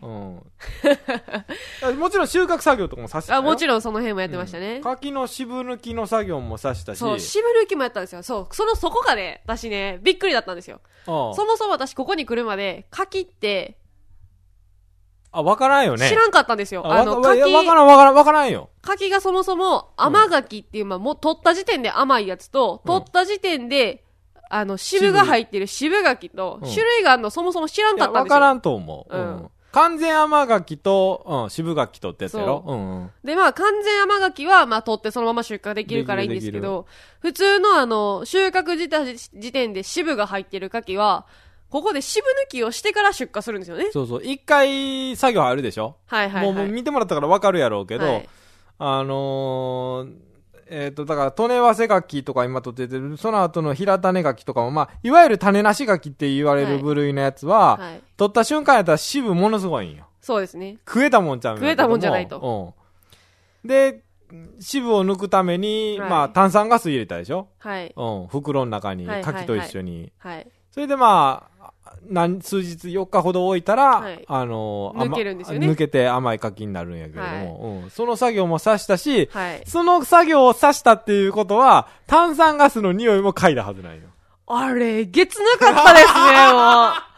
もちろん収穫作業とかもさせたよ。 あ、もちろんその辺もやってましたね。 うん、柿の渋抜きの作業もさしたし。 そう、渋抜きもやったんですよ。そう、そのそこがね、私ねびっくりだったんですよ。ああ、そもそも私ここに来るまで柿ってあ、わからんよね。 知らんかったんですよ。あの、 柿。わからん、わからん、わからんよ。 柿がそもそも甘柿っていう、まあ、もう取った時点で甘いやつと、取った時点で、あの、渋が入ってる渋柿と、種類があるのそもそも知らんかったんですよ。 わからんと思う。うん。完全甘柿と、うん、渋柿とってやつやろ。う。うんうん。 で、まあ、完全甘柿は、まあ、取ってそのまま出荷できるからいいんですけど、普通のあの、収穫時点で渋が入ってる柿は、ここで渋抜きをしてから出荷するんですよね。 そうそう。一回作業あるでしょ。 はいはい、はい。 もう見てもらったから分かるやろうけど、はい、あのー、えっ、ー、と、だから、利根早生柿とか今とっててる、その後の平種柿とかも、まあ、いわゆる種なし柿って言われる部類のやつは、はいはい、取った瞬間やったら渋ものすごいんよ。 そうですね。 食えたもんちゃう食えたもんじゃないと。 うん。で、渋を抜くために、はい、まあ、炭酸ガス入れたでしょ。 はい。 うん。袋の中に、はい、柿と一緒に。 はい。はい、 それでまあ、何数日よっかほど置いたら、はい、あのー、抜けるんですよね。 抜けて甘い柿になるんやけれども、はい、うん、その作業もさしたし、 はい、 その作業をさしたっていうことは炭酸ガスの匂いも嗅いだはずなんよ。 あれ、げつなかったですね、もう。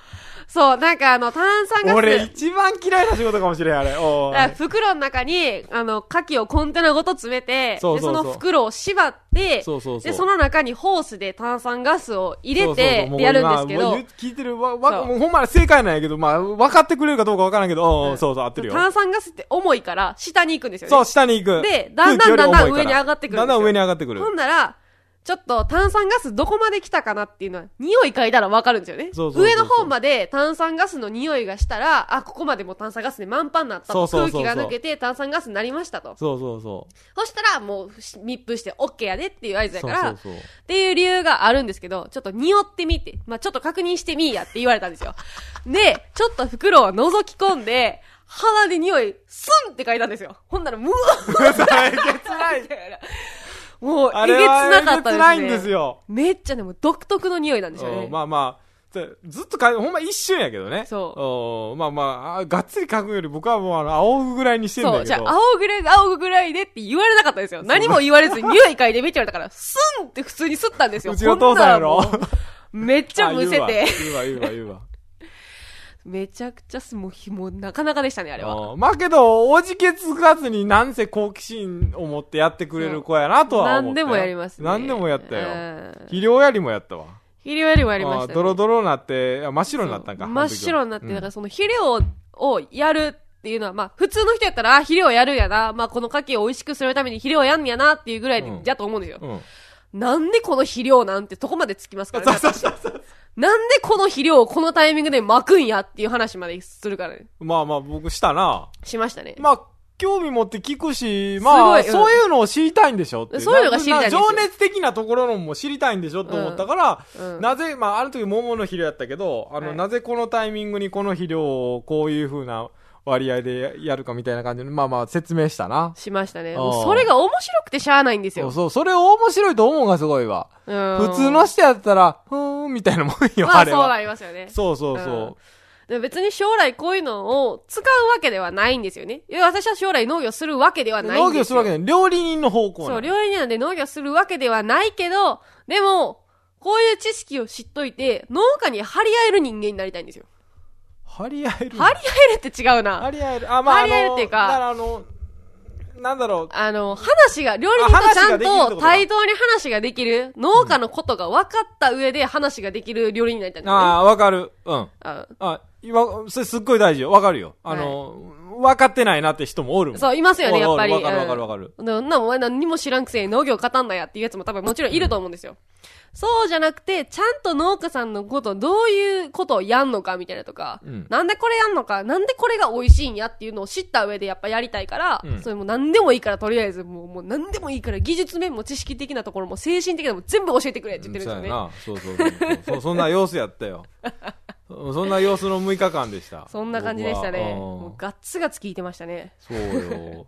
そう、なんかあの、炭酸ガス。 俺一番嫌いな仕事かもしれん、あれ。おー袋の中に、あの、牡蠣をコンテナごと詰めて、そうそうそうで、その袋を縛って、そうそうそうで、その中にホースで炭酸ガスを入れて、でやるんですけど。 聞いてる、わ、わ、もうほんま正解なんやけど、まあ、分かってくれるかどうか分からんけど、うん、そうそう、合ってるよ。 炭酸ガスって重いから、下に行くんですよね。 そう、下に行く。 で、だんだんだんだん上に上がってくるんですよ。 だんだん上に上がってくる。 ほんなら、ちょっと炭酸ガスどこまで来たかなっていうのは、匂い嗅いだらわかるんですよね。そうそうそうそう上の方まで炭酸ガスの匂いがしたら、あ、ここまでもう炭酸ガスで満帆になったと。空気が抜けて炭酸ガスになりましたと。 そうそうそう。 そしたらもう密封して OK やでっていう合図やから、そうそうそうっていう理由があるんですけど、ちょっと匂ってみて、まあちょっと確認してみーやって言われたんですよ。で、ちょっと袋を覗き込んで、鼻で匂い、スンって嗅いだんですよ。ほんなら、むわーってもう、えげつなかったですね。えげつないんですよ。めっちゃね、もう独特の匂いなんですよね。 まあまあ、ずっとか、ほんま一瞬やけどね。そう。まあまあ、がっつり嗅ぐより僕はもうあの、仰ぐぐらいにしてんだけど。そう、じゃあ、仰ぐぐらいで、仰ぐぐらいでって言われなかったんですよ。何も言われずに匂い嗅いでみて言われたから、スンって普通に吸ったんですよ。 うちの父さんやろめっちゃむせて。 言うわ、言うわ、言うわ。 めちゃくちゃす、もう、もうなかなかでしたね、あれは。 まあけど、おじけつかずになんせ好奇心を持ってやってくれる子やなとは思った。 何でもやりますね。 何でもやったよ。肥料やりもやったわ。 肥料やりもやりましたね。 ドロドロになって、真っ白になったんか。 真っ白になって、だからその肥料をやるっていうのは、まあ普通の人やったら、あ、肥料やるやな。まあこの牡蠣を美味しくするために肥料やんやなっていうぐらいで、じゃと思うんですよ。うんうんなんでこの肥料なんてとこまでつきますからね。そうそうそうそうなんでこの肥料をこのタイミングで巻くんやっていう話までするからね。 まあまあ僕したな。 しましたね。 まあ興味持って聞くし、まあ、うん、そういうのを知りたいんでしょって。 そういうのが知りたいんですよ。 情熱的なところのも知りたいんでしょって思ったから、うんうん、なぜ、まああの時桃の肥料やったけど、あの、はい、なぜこのタイミングにこの肥料をこういう風な、割合でやるかみたいな感じで、まあまあ説明したな。 しましたね。それが面白くてしゃあないんですよ。 そうそう、それを面白いと思うがすごいわ。普通の人やったら、ふーんみたいなもんよ、 まあ、 あれは。 そうなりますよね。 そうそうそう。うんで別に将来こういうのを使うわけではないんですよね。私は将来農業するわけではないんですよ。 農業するわけない。料理人の方向そう、料理人なんで農業するわけではないけど、でも、こういう知識を知っといて、農家に張り合える人間になりたいんですよ。 張り合える張り合えるって違うな。 張り合える。あ、まあ、 張り合えるっていうか、 だからあの、なんだろう。 あの、話が、料理人とちゃんと対等に話ができる、農家のことが分かった上で話ができる料理人になりたいんだよね。 ああ、分かる。うん。ああ、今、それすっごい大事よ。分かるよ。あの、はい、分かってないなって人もおるもん。 そう、いますよね、やっぱり。 分かる分かる分かる。 うん、な、お前何にも知らんくせに農業語んなやっていうやつも多分もちろんいると思うんですよ。そうじゃなくて、ちゃんと農家さんのこと、どういうことをやんのかみたいなとか、うん、なんでこれやんのか、なんでこれが美味しいんやっていうのを知った上でやっぱやりたいから、うん、それも何でもいいからとりあえずもう、もう何でもいいから技術面も知識的なところも精神的なも全部教えてくれって言ってるんですよね。 そうそうそうそう。そんな様子やったよ。そんな様子のむいかかんでした。 そんな感じでしたね。もうガッツガツ効いてましたね。 そうよ。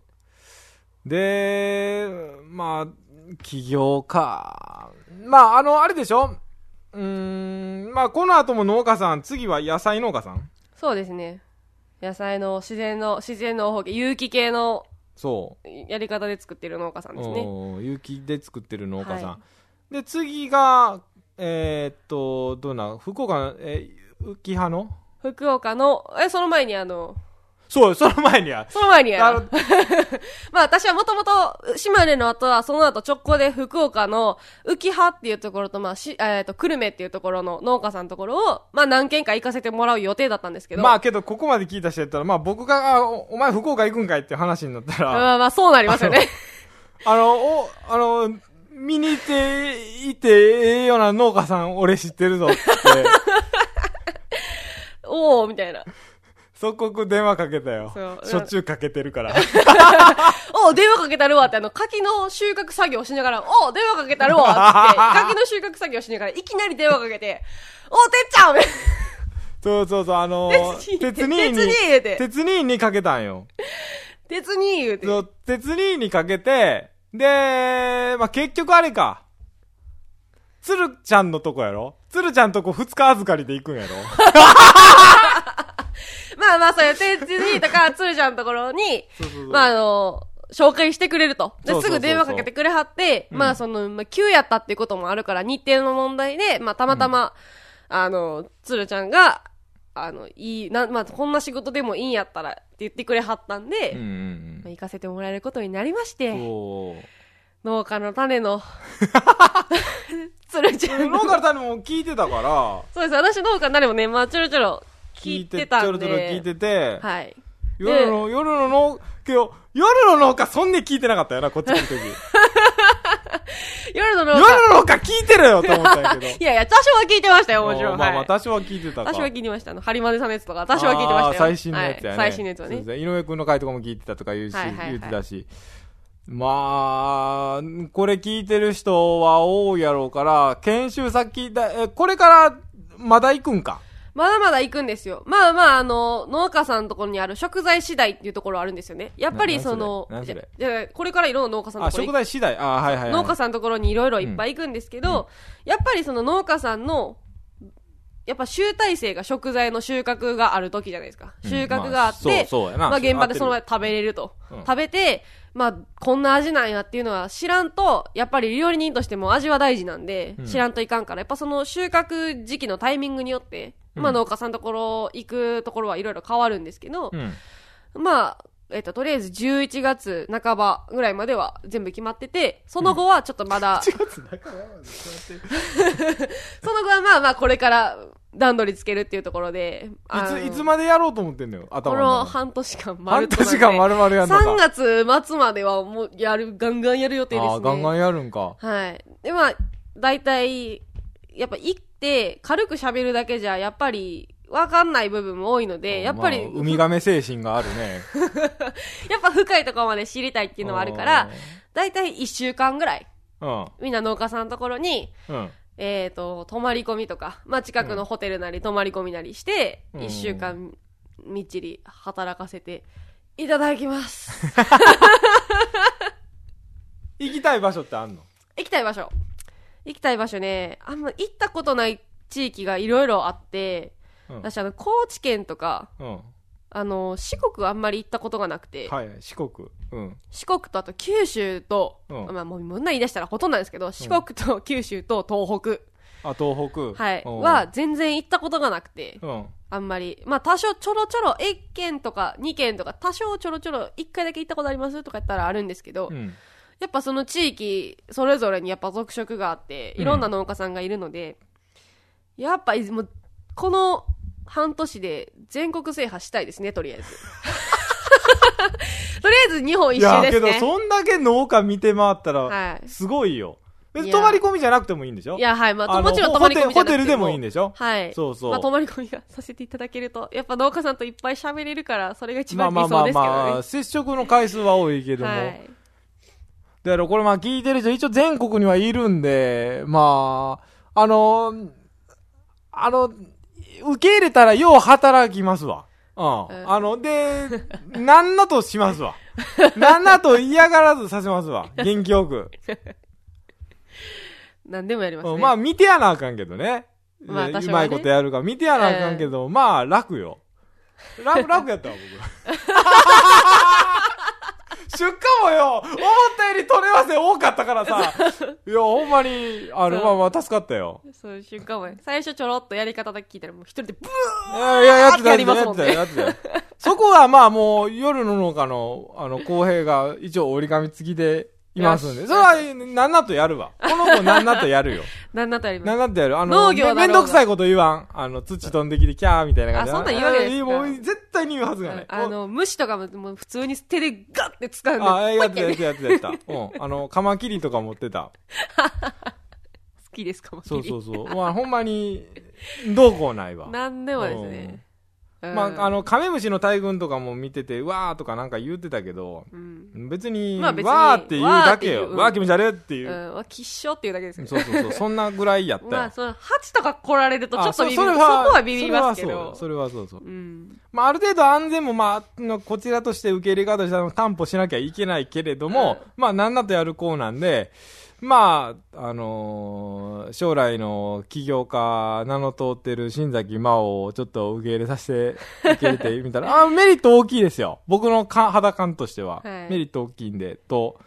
で、まあ、起業か。まあ、あの、あれでしょうーん、まあ、この後も農家さん、次は野菜農家さんそうですね。野菜の自然の、自然の方、有機系の、 そう。 やり方で作ってる農家さんですね。 有機で作ってる農家さん。はい、で、次が、えー、っと、どうな、福岡、えー、浮葉の福岡の、え、その前にあの、 そう、その前には。 その前には。まあ私はもともと、島根の後は、その後直行で福岡の浮葉っていうところと、まあし、えっと、久留米っていうところの農家さんのところを、まあ何軒か行かせてもらう予定だったんですけど。 まあけど、ここまで聞いた人やったら、まあ僕が、あお前福岡行くんかいって話になったら。 まあまあそうなりますよね。 あの、お、あの、見に行って、いてええような農家さん俺知ってるぞって。 おー、みたいな。 即刻電話かけたよ。しょっちゅうかけてるから。 お電話かけたるわって、あの、柿の収穫作業しながら、お電話かけたるわって、柿の収穫作業しながら、いきなり電話かけて、おてっちゃんそうそうそう、あのー、鉄兄に、鉄兄にかけたんよ。 鉄兄言うて。 そう、鉄兄にかけて、で、まあ、結局あれか。鶴ちゃんのとこやろ鶴ちゃんとこ二日預かりで行くんやろまあまあ、そうやって、鉄兄とか、鶴ちゃんのところに、そうそうそうまああの、紹介してくれると。で、すぐ電話かけてくれはって、うん、まあその、まあ、急やったっていうこともあるから、日程の問題で、まあたまたま、うん、あの、鶴ちゃんが、 あのいいな、まあ、こんな仕事でもいいんやったらって言ってくれはったんで、うんうんうん、まあ、行かせてもらえることになりまして、農家の種のつるちゃん農家の種も聞いてたからそうです。私農家の種もね、まあ、ちょろちょろ聞いてたんで、 ちょろちょろ聞いてて、 はい、 夜の夜の農けど夜の農家そんな聞いてなかったよな、こっち来る時夜の農家夜の農家聞いてるよと思ったんやけどいやいや、多少は聞いてましたよ、もちろん。 まあまあ、多少は聞いてたか。 多少は聞いてました。あの、ハリマネさんのやつとか、多少は聞いてましたよ。 最新のやつやね。はい、 最新のやつはね。 井上くんの回とかも聞いてたとか言うし、はいはいはい、言ってたし。まあ、これ聞いてる人は多いやろうから、研修先だ、え、これからまだ行くんか。 まだまだ行くんですよ。まあまあ、あの、農家さんのところにある食材次第っていうところあるんですよね。やっぱりその、じゃ、じゃこれからいろんな農家さんのところあ、食材次第。あ、はいはい、はい。 農家さんのところにいろいろいっぱい行くんですけど、うん、やっぱりその農家さんの、やっぱ集大成が食材の収穫がある時じゃないですか。収穫があって、うんまあ、そうそうやな、まあ現場でその場で食べれると。うん、食べて、まあ、こんな味なんやっていうのは知らんと、やっぱり料理人としても味は大事なんで、うん、知らんといかんから、やっぱその収穫時期のタイミングによって、まあ農家さんのところ行くところはいろいろ変わるんですけど、うん、まあ、えっと、とりあえずじゅういちがつなかばぐらいまでは全部決まってて、その後はちょっとまだ、うん、いちがつなかばまで決まってる。その後はまあまあこれから段取りつけるっていうところで、 いつ、いつまでやろうと思ってんのよ、頭の。 この半年間丸 々。半年間丸々やんのか。 さんがつ末まではもうやる、ガンガンやる予定ですね。 ああ、ガンガンやるんか。 はい。で、まあ、だいたい、やっぱ行って、軽く喋るだけじゃ、やっぱり、わかんない部分も多いので、やっぱり、 まあ、ウミガメ精神があるね。 やっぱ深いところまで知りたいっていうのはあるから、だいたいいっしゅうかんぐらい、うん、みんな農家さんのところに、うん、えっと、泊まり込みとか、まあ近くのホテルなり泊まり込みなりして、いっしゅうかんみっちり働かせていただきます。 行きたい場所ってあんの？ 行きたい場所。行きたい場所ね、あんま行ったことない地域がいろいろあって、うん、私あの高知県とか、うん、あの四国あんまり行ったことがなくて、 はい、四国、うん、 四国とあと九州と、うん、まあもうみんな言い出したらほとんどなんですけど、四国と九州と東北、 あ、東北、 はい、は全然行ったことがなくて、うん、あんまり、まあ多少ちょろちょろいっけんとかにけんとか多少ちょろちょろいっかいだけ行ったことありますとか言ったらあるんですけど、うん、やっぱその地域それぞれにやっぱ属色があっていろんな農家さんがいるので、うん、やっぱもうこの半年で全国制覇したいですね、とりあえず。とりあえず日本一周ですね。 いやけどそんだけ農家見て回ったらすごいよ。はい、別に泊まり込みじゃなくてもいいんでしょ？ いや、はい。まあ、もちろん泊まり込みじゃなくても。 ホテルでもいいんでしょ？ はい。 そうそう。 まあ、泊まり込みがさせていただけると、やっぱ農家さんといっぱい喋れるから、それが一番理想ですけどね。まあまあまあまあ、 接触の回数は多いけども。はい。だからこれまあ聞いてる人一応全国にはいるんで、まあ、あの、あの、受け入れたらよう働きますわ。うん。うん、あの、で、なんなとしますわ。なんなと嫌がらずさせますわ。元気よく。 何でもやりますね。 まあ見てやなあかんけどね。まあ確かに、ね。うまいことやるから見てやなあかんけど、えー、まあ楽よ。楽、楽やったわ、僕。出荷もよ、思ったより取れ合わせ多かったからさ。いや、ほんまに、あの、まあまあ助かったよ。 そう、出荷もよ。最初ちょろっとやり方だけ聞いたらもう一人でブーいや、いや、やってた、やってた、やってた、やってた。そこはまあもう夜の農家の、あの、公平が一応折り紙付きで、いますんで。それは、なんなとやるわ。この子なんなとやるよ。 なんなとやります。 なんなとやる。あの、農業だめんどくさいこと言わん。あの、土飛んできてキャーみたいな感じで。 あ、そんなん言わないですか？ もう絶対に言うはずがない。 あの、虫とかも、もう普通に手でガッて掴んで。 あ、やってた、やってた、やってた。うん。あの、カマキリとか持ってた。好きです、カマキリ。そうそうそう。まあ、ほんまに、どうこうないわ。 なんでもですね。 まあ、あの、カメムシの大群とかも見てて、わーとかなんか言ってたけど、うん、別に、まあ、別にわーって言うだけよ。わー気持ち悪いっていう。 うん、きっしょっていうだけですよ。 そうそうそう。そんなぐらいやったよ。まあ、その、ハチとか来られるとちょっとビビる。そ, そ, そこはビビりますけど。 それはそう。それはそうそう。うん。まあ、ある程度安全も、まあ、のこちらとして受け入れ方としては担保しなきゃいけないけれども、うん、まあ、なんだとやる子なんで、まあ、あのー、将来の起業家名の通ってる新崎真央をちょっと受け入れさせて、受け入れてみたら、あ、メリット大きいですよ。僕のか肌感としては、はい、メリット大きいんで、と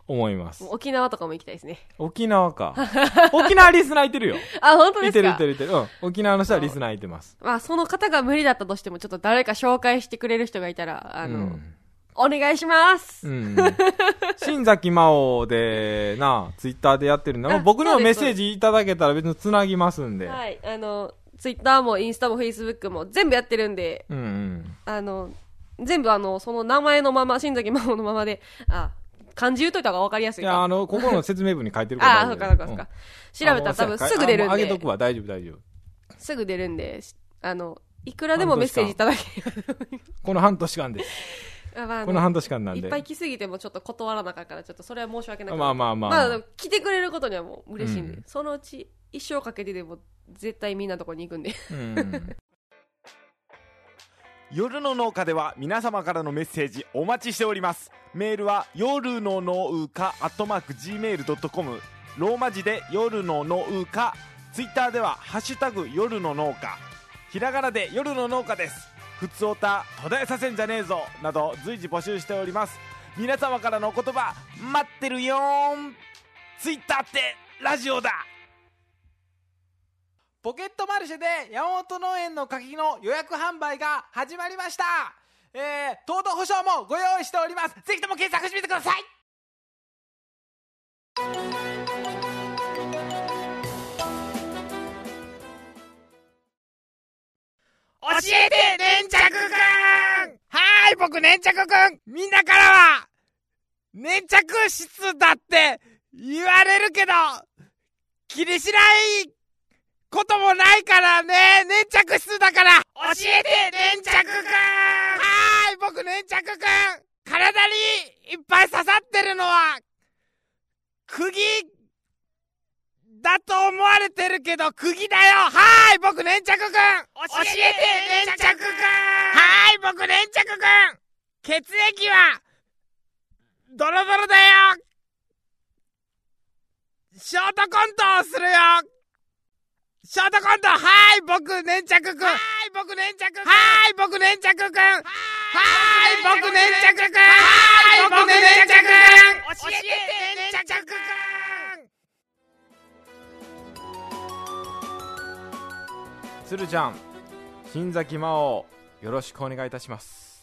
思います。 沖縄とかも行きたいですね。 沖縄か。沖縄リスナーいてるよ。 あ、本当ですか？ いてるいてるいてる。うん。沖縄の人はリスナーいてます。 まあ、その方が無理だったとしても、ちょっと誰か紹介してくれる人がいたら、あの、うん、お願いします。うん。 新崎真央でな、ツイッターでやってるんだ。僕にもメッセージいただけたら別につなぎますんで。 はい。あの、ツイッターもインスタもフェイスブックも全部やってるんで、 うんうん、 あの、全部あの、その名前のまま、新崎真央のままで、あ、漢字言うといた方が分かりやすいか。 いや、あの、ここの説明文に書いてるから。 ああ、そうかそうかそうか。調べたら多分すぐ出るんで。 あげとくわ、大丈夫大丈夫。 すぐ出るんで、あの、いくらでもメッセージいただければ。 この半年間です。あ、まあ、この半年間なんで。 いっぱい来すぎてもちょっと断らなかったから、ちょっとそれは申し訳なくて。 まあまあまあ。 まあ、来てくれることにはもう嬉しいんで、うん、そのうち一生かけてでも絶対みんなのとこに行くんで。うん。 夜の農家では皆様からのメッセージお待ちしております。メールは夜の農家アットマーク ジーメールドットコム、 ローマ字で夜の農家。ツイッターではハッシュタグ夜の農家、ひらがなで夜の農家です。ふつおた途絶えさせんじゃねえぞなど随時募集しております。皆様からのお言葉待ってるよーん。ツイッターってラジオだ。 ポケットマルシェで山本農園の柿の予約販売が始まりました。えー、糖度保証もご用意しております。ぜひとも検索してみてください。 教えて粘着くん。はーい、僕粘着くん。みんなからは粘着質だって言われるけど気にしないこともないからね。粘着質だから教えて粘着くん。はーい、僕粘着くん。体にいっぱい刺さってるのは釘だと思われてるけど釘だよ。はーい、僕粘着くん。教えて粘着くん。はーい、僕粘着くん。血液はドロドロだよ。ショートコントをするよ。ショートコント。はーい、僕粘着くん。はーい、僕粘着くん。はーい、僕粘着くん。はーい、僕粘着くん。はーい、僕粘着くん。教えて粘着くん。 鶴ちゃん、新崎真央、よろしくお願いいたします。